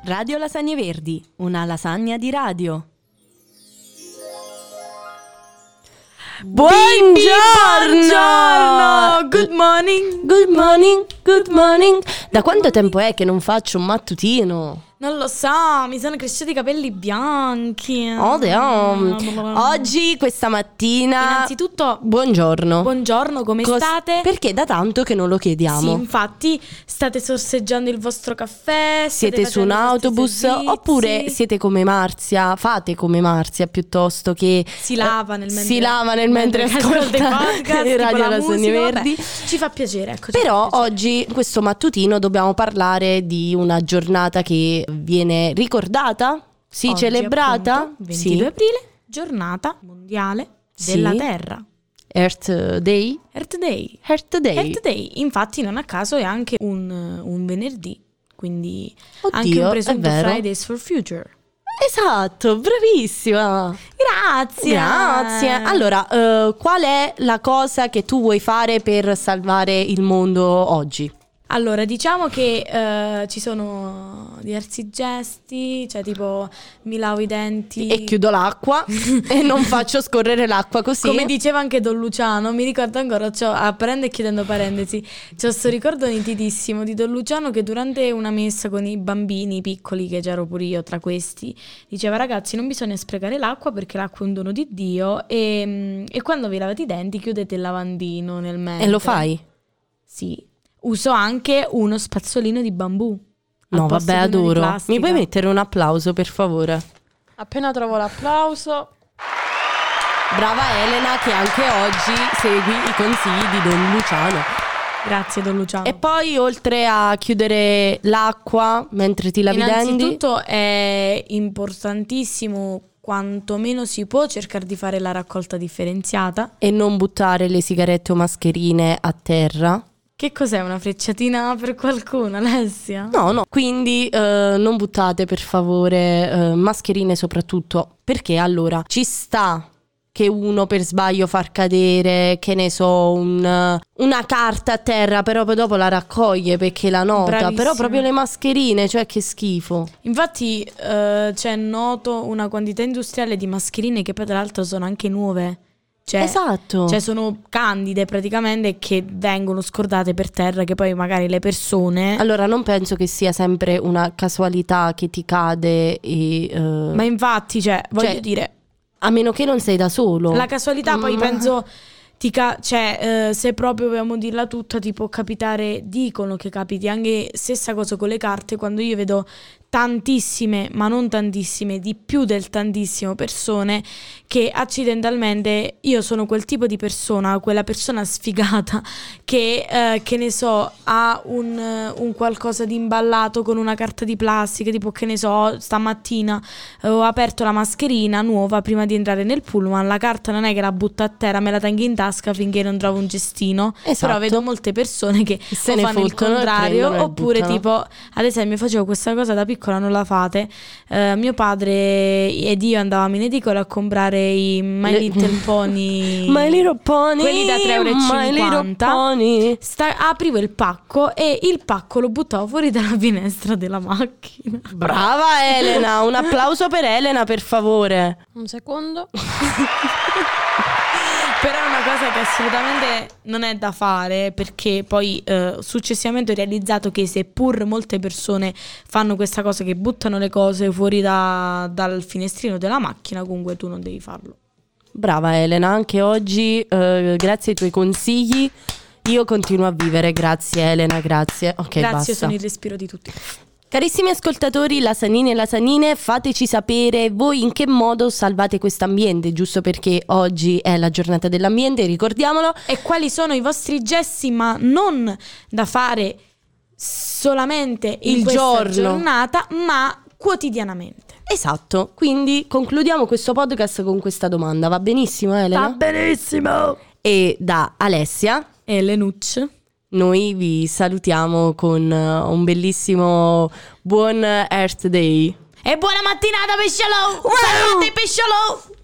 Radio Lasagne Verdi, una lasagna di radio. Buongiorno! Good morning! Good morning, good morning. Da quanto tempo è che non faccio un mattutino? Non lo so, mi sono cresciuti i capelli bianchi. Oggi, questa mattina... Innanzitutto, buongiorno. Buongiorno, come state? Perché da tanto che non lo chiediamo. Sì, infatti, state sorseggiando il vostro caffè? Siete su un autobus? Oppure siete come Marzia? Fate come Marzia piuttosto che... Si lava nel mentre ascolta dei podcast, Radio Lasagne Verdi. Ci fa piacere, ecco. Però oggi, questo mattutino, dobbiamo parlare di una giornata che viene ricordata? Sì, oggi, celebrata? Appunto, 22 aprile, giornata mondiale della Terra. Earth Day. Infatti non a caso è anche un venerdì, quindi Oddio, anche un presunto è vero. Fridays for Future. Esatto, bravissima. Grazie. Allora, qual è la cosa che tu vuoi fare per salvare il mondo oggi? Allora, diciamo che ci sono diversi gesti, cioè tipo mi lavo i denti E chiudo l'acqua e non faccio scorrere l'acqua così. Come diceva anche Don Luciano, mi ricordo ancora, aprendo e chiudendo parentesi, c'ho questo ricordo nitidissimo di Don Luciano che durante una messa con i bambini piccoli, che c'ero pure io tra questi, diceva: ragazzi, non bisogna sprecare l'acqua perché l'acqua è un dono di Dio e quando vi lavate i denti chiudete il lavandino nel mentre. E lo fai? Sì. Uso anche uno spazzolino di bambù. No, vabbè, adoro. Mi puoi mettere un applauso, per favore? Appena trovo l'applauso. Brava Elena, che anche oggi segui i consigli di Don Luciano. Grazie, Don Luciano. E poi, oltre a chiudere l'acqua mentre ti lavi i denti, innanzitutto è importantissimo, quantomeno si può, cercare di fare la raccolta differenziata e non buttare le sigarette o mascherine a terra. Che cos'è, una frecciatina per qualcuno, Alessia? No, quindi non buttate per favore mascherine soprattutto, perché allora ci sta che uno per sbaglio far cadere, che ne so, una carta a terra, però poi dopo la raccoglie perché la nota. Bravissima. Però proprio le mascherine, cioè che schifo. Infatti c'è noto una quantità industriale di mascherine che poi tra l'altro sono anche nuove. Esatto. Cioè sono candide praticamente, che vengono scordate per terra, che poi magari le persone... Allora non penso che sia sempre una casualità che ti cade Ma infatti, voglio dire... A meno che non sei da solo. La casualità poi penso... se proprio vogliamo dirla tutta, ti può capitare, dicono che capiti anche stessa cosa con le carte, quando io vedo tantissime, ma non tantissime, di più del tantissimo persone che accidentalmente, io sono quel tipo di persona, quella persona sfigata che ne so, ha un qualcosa di imballato con una carta di plastica, tipo che ne so, stamattina ho aperto la mascherina nuova prima di entrare nel pullman, la carta non è che la butto a terra, me la tengo in tasca finché non trovo un cestino. Esatto. Però vedo molte persone che se o ne fanno il contrario, oppure tipo, ad esempio, facevo questa cosa da piccola, non la fate. Mio padre ed io andavamo in edicola a comprare i My Little Pony. My Little Pony, quelli da 3,50 €. Aprivo il pacco e il pacco lo buttavo fuori dalla finestra della macchina. Brava Elena, un applauso per Elena, per favore. Un secondo. Però è una cosa che assolutamente non è da fare, perché poi successivamente ho realizzato che seppur molte persone fanno questa cosa, che buttano le cose fuori dal finestrino della macchina, comunque tu non devi farlo. Brava Elena, anche oggi grazie ai tuoi consigli io continuo a vivere. Grazie Elena, grazie. Ok, grazie, basta. sono il respiro di tutti. Carissimi ascoltatori, lasanini e lasanine, fateci sapere voi in che modo salvate quest'ambiente, giusto perché oggi è la giornata dell'ambiente, ricordiamolo. E quali sono i vostri gesti, ma non da fare solamente in questa giornata, ma quotidianamente. Esatto, quindi concludiamo questo podcast con questa domanda, va benissimo Elena? Va benissimo! E da Alessia e Lenucci noi vi salutiamo con un bellissimo buon Earth Day. E buona mattinata pesciolò! Salute pesciolò!